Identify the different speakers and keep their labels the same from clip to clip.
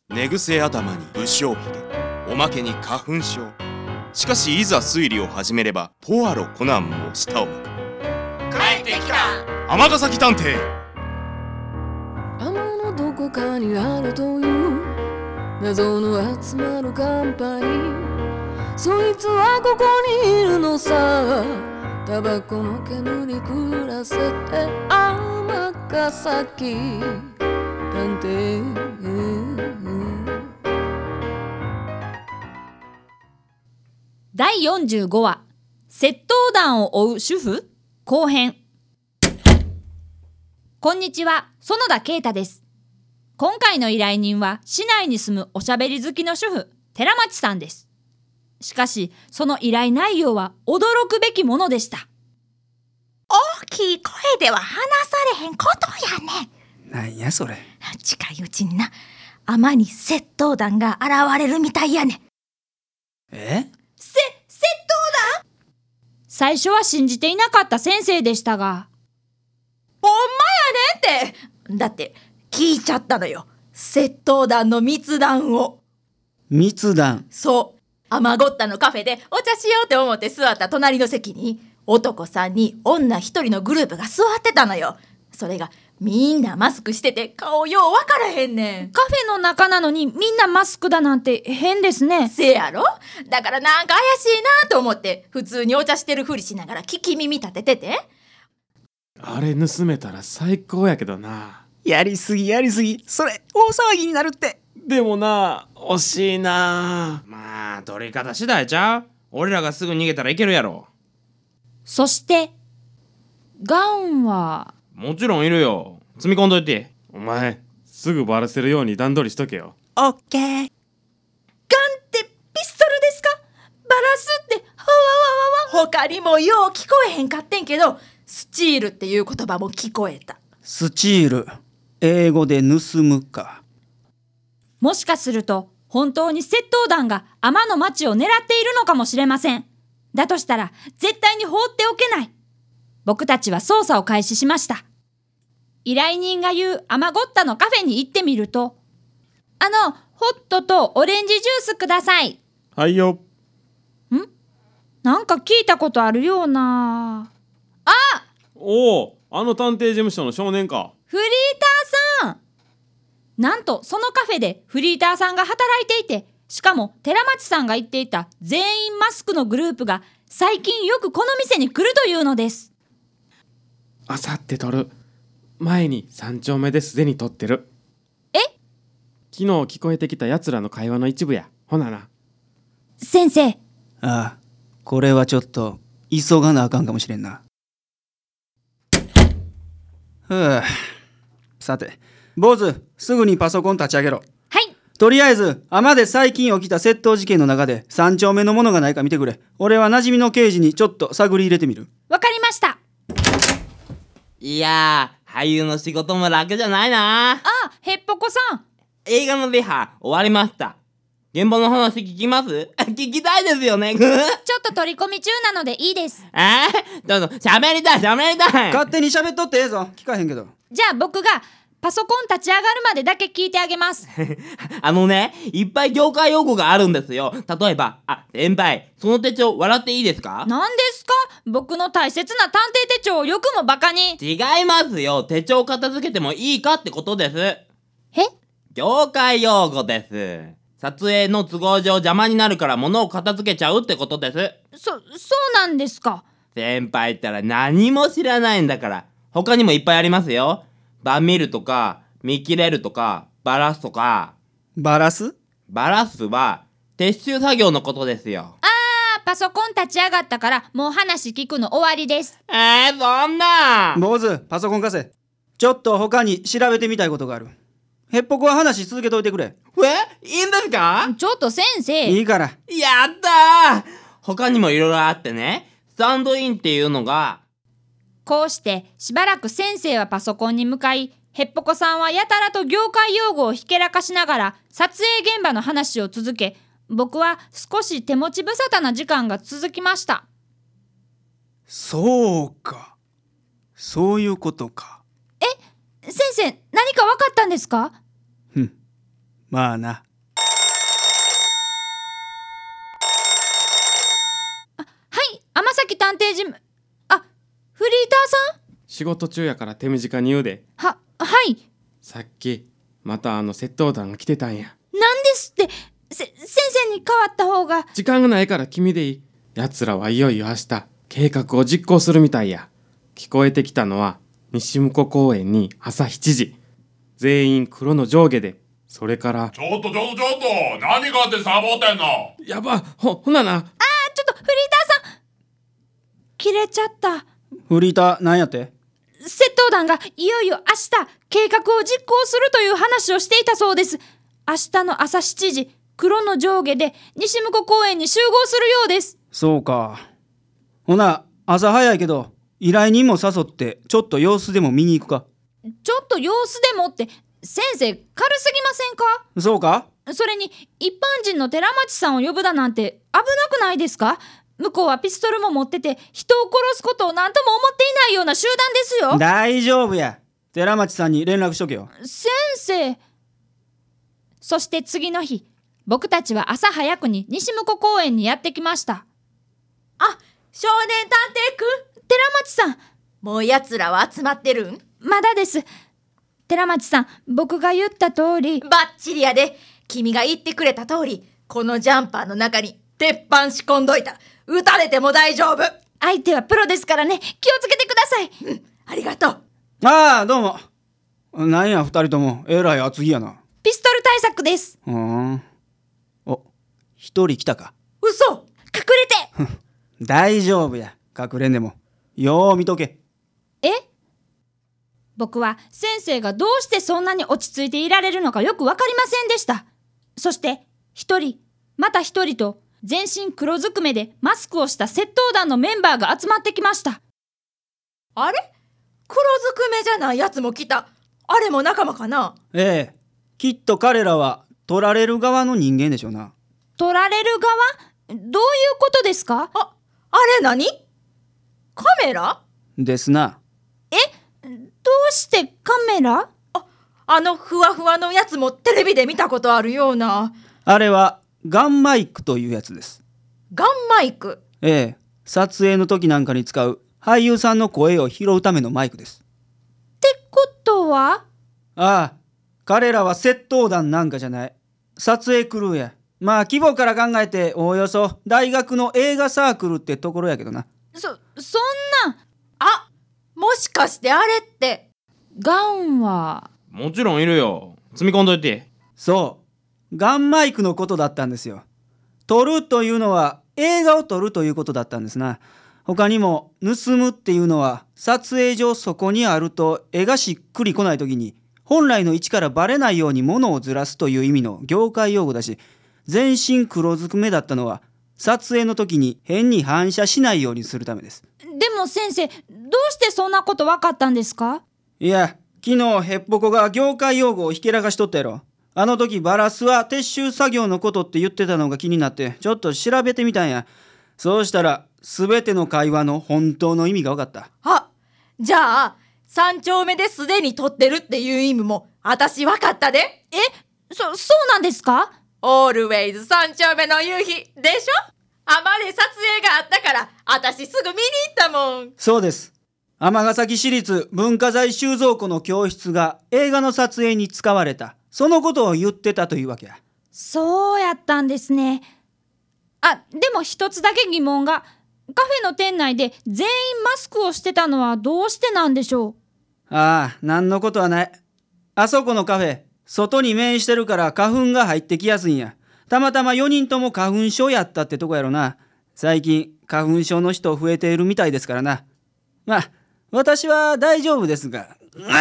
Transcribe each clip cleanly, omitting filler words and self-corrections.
Speaker 1: 寝癖頭に不祥髭、おまけに花粉症。しかしいざ推理を始めればポアロコナンも舌を巻く。
Speaker 2: 帰ってきた
Speaker 1: 尼崎探偵。
Speaker 3: 天のどこかにあるという謎の集まるカンパニー、そいつはここにいるのさ。タバコの煙暮らせて尼崎探偵。
Speaker 4: 第45話窃盗団を追う主婦後編。こんにちは、園田啓太です。今回の依頼人は市内に住むおしゃべり好きの主婦寺町さんです。しかしその依頼内容は驚くべきものでした。
Speaker 2: 大きい声では話されへんことやねん。
Speaker 5: なんやそれ。
Speaker 2: 近いうちにな、尼に窃盗団が現れるみたいやねん。
Speaker 5: え？
Speaker 2: 窃盗団？
Speaker 4: 最初は信じていなかった先生でしたが、
Speaker 2: ほんまやねんって。だって聞いちゃったのよ、窃盗団の密談を。
Speaker 5: 密談？
Speaker 2: そう、尼ごったのカフェでお茶しようって思って座った隣の席に男3人女1人のグループが座ってたのよ。それがみんなマスクしてて顔ようわからへんねん。
Speaker 4: カフェの中なのにみんなマスクだなんて変ですね。
Speaker 2: せやろ。だからなんか怪しいなと思って普通にお茶してるふりしながら聞き耳立ててて。
Speaker 6: あれ盗めたら最高やけどな。
Speaker 5: やりすぎやりすぎ。それ大騒ぎになるって。
Speaker 6: でもな、惜しいな。
Speaker 7: まあ取り方次第ちゃう。俺らがすぐ逃げたらいけるやろ。
Speaker 4: そしてガンは
Speaker 7: もちろんいるよ。積み込んどいて。
Speaker 6: お前すぐバラせるように段取りしとけよ。
Speaker 5: オッケー。
Speaker 2: ガンってピストルですか？バラすってはわわわわ。他にもよう聞こえへんかってんけど、スチールっていう言葉も聞こえた。
Speaker 5: スチール、英語で盗むか。
Speaker 4: もしかすると本当に窃盗団が尼の町を狙っているのかもしれません。だとしたら絶対に放っておけない。僕たちは捜査を開始しました。依頼人が言う尼ごったのカフェに行ってみると、ホットとオレンジジュースください。
Speaker 6: はいよ。
Speaker 4: なんか聞いたことあるような。
Speaker 6: おお、あの探偵事務所の少年か。
Speaker 4: フリーターさん。なんとそのカフェでフリーターさんが働いていて、しかも寺町さんが言っていた全員マスクのグループが最近よくこの店に来るというのです。
Speaker 6: あさって撮る。前に3丁目ですでに撮ってる。
Speaker 4: え？
Speaker 6: 昨日聞こえてきた奴らの会話の一部や。ほなな。
Speaker 4: 先生。
Speaker 5: ああ、これはちょっと急がなあかんかもしれんな。ふう。さて、坊主、すぐにパソコン立ち上げろ。
Speaker 4: はい。
Speaker 5: とりあえず、尼で最近起きた窃盗事件の中で3丁目のものがないか見てくれ。俺は馴染みの刑事にちょっと探り入れてみる。
Speaker 4: わかりました。
Speaker 7: いやー、俳優の仕事も楽じゃないな。
Speaker 4: へっぽこさん。
Speaker 7: 映画のリハ終わりました。現場の話聞きます？聞きたいですよね。
Speaker 4: ちょっと取り込み中なのでいいです。
Speaker 7: ちょっと喋りたい。
Speaker 5: 勝手に喋っとってええぞ。聞かへんけど。
Speaker 4: じゃあ僕がパソコン立ち上がるまでだけ聞いてあげます。
Speaker 7: いっぱい業界用語があるんですよ。例えば、先輩、その手帳笑っていいですか？
Speaker 4: 何ですか？僕の大切な探偵手帳をよくもバカに。
Speaker 7: 違いますよ。手帳片付けてもいいかってことです。
Speaker 4: え？
Speaker 7: 業界用語です。撮影の都合上邪魔になるから物を片付けちゃうってことです。
Speaker 4: そうなんですか。
Speaker 7: 先輩ったら何も知らないんだから。他にもいっぱいありますよ。バミるとか、見切れるとか、バラすとか。
Speaker 5: バラす？
Speaker 7: バラすは撤収作業のことですよ。
Speaker 4: パソコン立ち上がったからもう話聞くの終わりです。
Speaker 7: そんな。
Speaker 5: 坊主、パソコン貸せ。ちょっと他に調べてみたいことがある。へっぽこは話続けといてくれ。
Speaker 7: いいんですか？
Speaker 4: ちょっと先生。
Speaker 5: いいから。
Speaker 7: やったー。他にもいろいろあってね、スタンドインっていうのが。
Speaker 4: こうしてしばらく先生はパソコンに向かい、へっぽこさんはやたらと業界用語をひけらかしながら撮影現場の話を続け、僕は少し手持ち無沙汰な時間が続きました。
Speaker 5: そうか。そういうことか。
Speaker 4: 先生、何か分かったんですか？
Speaker 5: まあな。
Speaker 4: はい、天崎探偵事務。あ、フリーターさん？
Speaker 6: 仕事中やから手短に言うで。
Speaker 4: はい。
Speaker 6: さっきまた窃盗団が来てたんや。
Speaker 4: なんですって、先生に代わった方が。
Speaker 6: 時間がないから君でいい。奴らはいよいよ明日計画を実行するみたいや。聞こえてきたのは西向公園に朝7時、全員黒の上下で、それから
Speaker 8: ちょっと何があってサボってんの。
Speaker 6: やば、ほなな。
Speaker 4: ちょっとフリーターさん、切れちゃった。
Speaker 5: フリーターなんやって？
Speaker 4: 窃盗団がいよいよ明日計画を実行するという話をしていたそうです。明日の朝7時、黒の上下で西向公園に集合するようです。
Speaker 5: そうか。ほな朝早いけど依頼人も誘ってちょっと様子でも見に行くか。
Speaker 4: ちょっと様子でもって先生軽すぎませんか？
Speaker 5: そうか？
Speaker 4: それに一般人の寺町さんを呼ぶだなんて危なくないですか？向こうはピストルも持ってて人を殺すことを何とも思っていないような集団ですよ。
Speaker 5: 大丈夫や。寺町さんに連絡しとけよ。
Speaker 4: 先生。そして次の日、僕たちは朝早くに西向公園にやってきました。
Speaker 2: あ、少年探偵くん、
Speaker 4: 寺町さん。
Speaker 2: もう奴らは集まってるん？
Speaker 4: まだです。寺町さん、僕が言った通り。
Speaker 2: バッチリやで。君が言ってくれた通り、このジャンパーの中に鉄板仕込んどいた。撃たれても大丈夫。
Speaker 4: 相手はプロですからね。気をつけてください。
Speaker 2: うん、ありがとう。
Speaker 5: ああ、どうも。なんや二人ともえらい厚着やな。
Speaker 4: ピストル対策です。
Speaker 5: お、一人来たか。
Speaker 2: 嘘。
Speaker 4: 隠れて。
Speaker 5: 大丈夫や。隠れんでもよう見とけ。
Speaker 4: 僕は先生がどうしてそんなに落ち着いていられるのかよくわかりませんでした。そして一人また一人と全身黒ずくめでマスクをした窃盗団のメンバーが集まってきました。
Speaker 2: あれ、黒ずくめじゃないやつも来た。あれも仲間かな？
Speaker 5: ええ、きっと彼らは取られる側の人間でしょうな。
Speaker 4: 取られる側？どういうことですか？
Speaker 2: あれ何？カメラ？
Speaker 5: ですな。
Speaker 4: どうしてカメラ？
Speaker 2: あのふわふわのやつもテレビで見たことあるような。
Speaker 5: あれはガンマイクというやつです。
Speaker 2: ガンマイク？
Speaker 5: ええ、撮影の時なんかに使う俳優さんの声を拾うためのマイクです。
Speaker 4: ってことは？
Speaker 5: ああ、彼らは窃盗団なんかじゃない。撮影クルーや。まあ規模から考えておおよそ大学の映画サークルってところやけどな。
Speaker 4: そんな。
Speaker 2: あ、もしかしてあれって
Speaker 4: ガンは？
Speaker 7: もちろんいるよ。積み込んどいて。
Speaker 5: そう、ガンマイクのことだったんですよ。撮るというのは映画を撮るということだったんですな。他にも盗むっていうのは撮影上そこにあると絵がしっくりこない時に本来の位置からバレないように物をずらすという意味の業界用語だし、全身黒ずくめだったのは撮影の時に変に反射しないようにするためです。
Speaker 4: でも先生、どうしてそんなこと分かったんですか？
Speaker 5: いや、昨日ヘッポコが業界用語をひけらかしとったやろ。あの時バラスは撤収作業のことって言ってたのが気になってちょっと調べてみたんや。そうしたら全ての会話の本当の意味が分かった。
Speaker 2: じゃあ3丁目ですでに撮ってるっていう意味も私分かったで。
Speaker 4: そうなんですか？
Speaker 2: オールウェイズ3丁目の夕日でしょ。あまで撮影があったから私すぐ見に行ったもん。
Speaker 5: そうです。尼崎市立文化財収蔵庫の教室が映画の撮影に使われた、そのことを言ってたというわけや。
Speaker 4: そうやったんですね。でも一つだけ疑問が。カフェの店内で全員マスクをしてたのはどうしてなんでしょう？
Speaker 5: なんのことはない。あそこのカフェ外に面してるから花粉が入ってきやすいんや。たまたま4人とも花粉症やったってとこやろな。最近花粉症の人増えているみたいですからな。まあ私は大丈夫ですが。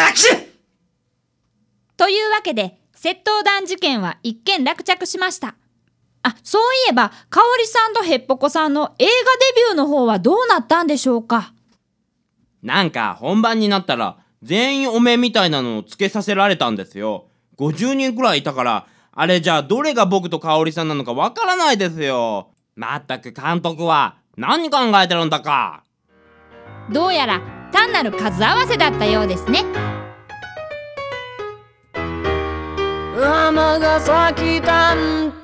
Speaker 4: というわけで窃盗団事件は一件落着しました。そういえば香織さんとヘッポコさんの映画デビューの方はどうなったんでしょうか？
Speaker 7: なんか本番になったら全員お面みたいなのをつけさせられたんですよ。50人くらいいたから、あれじゃあどれが僕と香織さんなのかわからないですよ。まったく監督は何考えてるんだか。
Speaker 4: どうやら単なる数合わせだったようですね。
Speaker 3: 尼崎探偵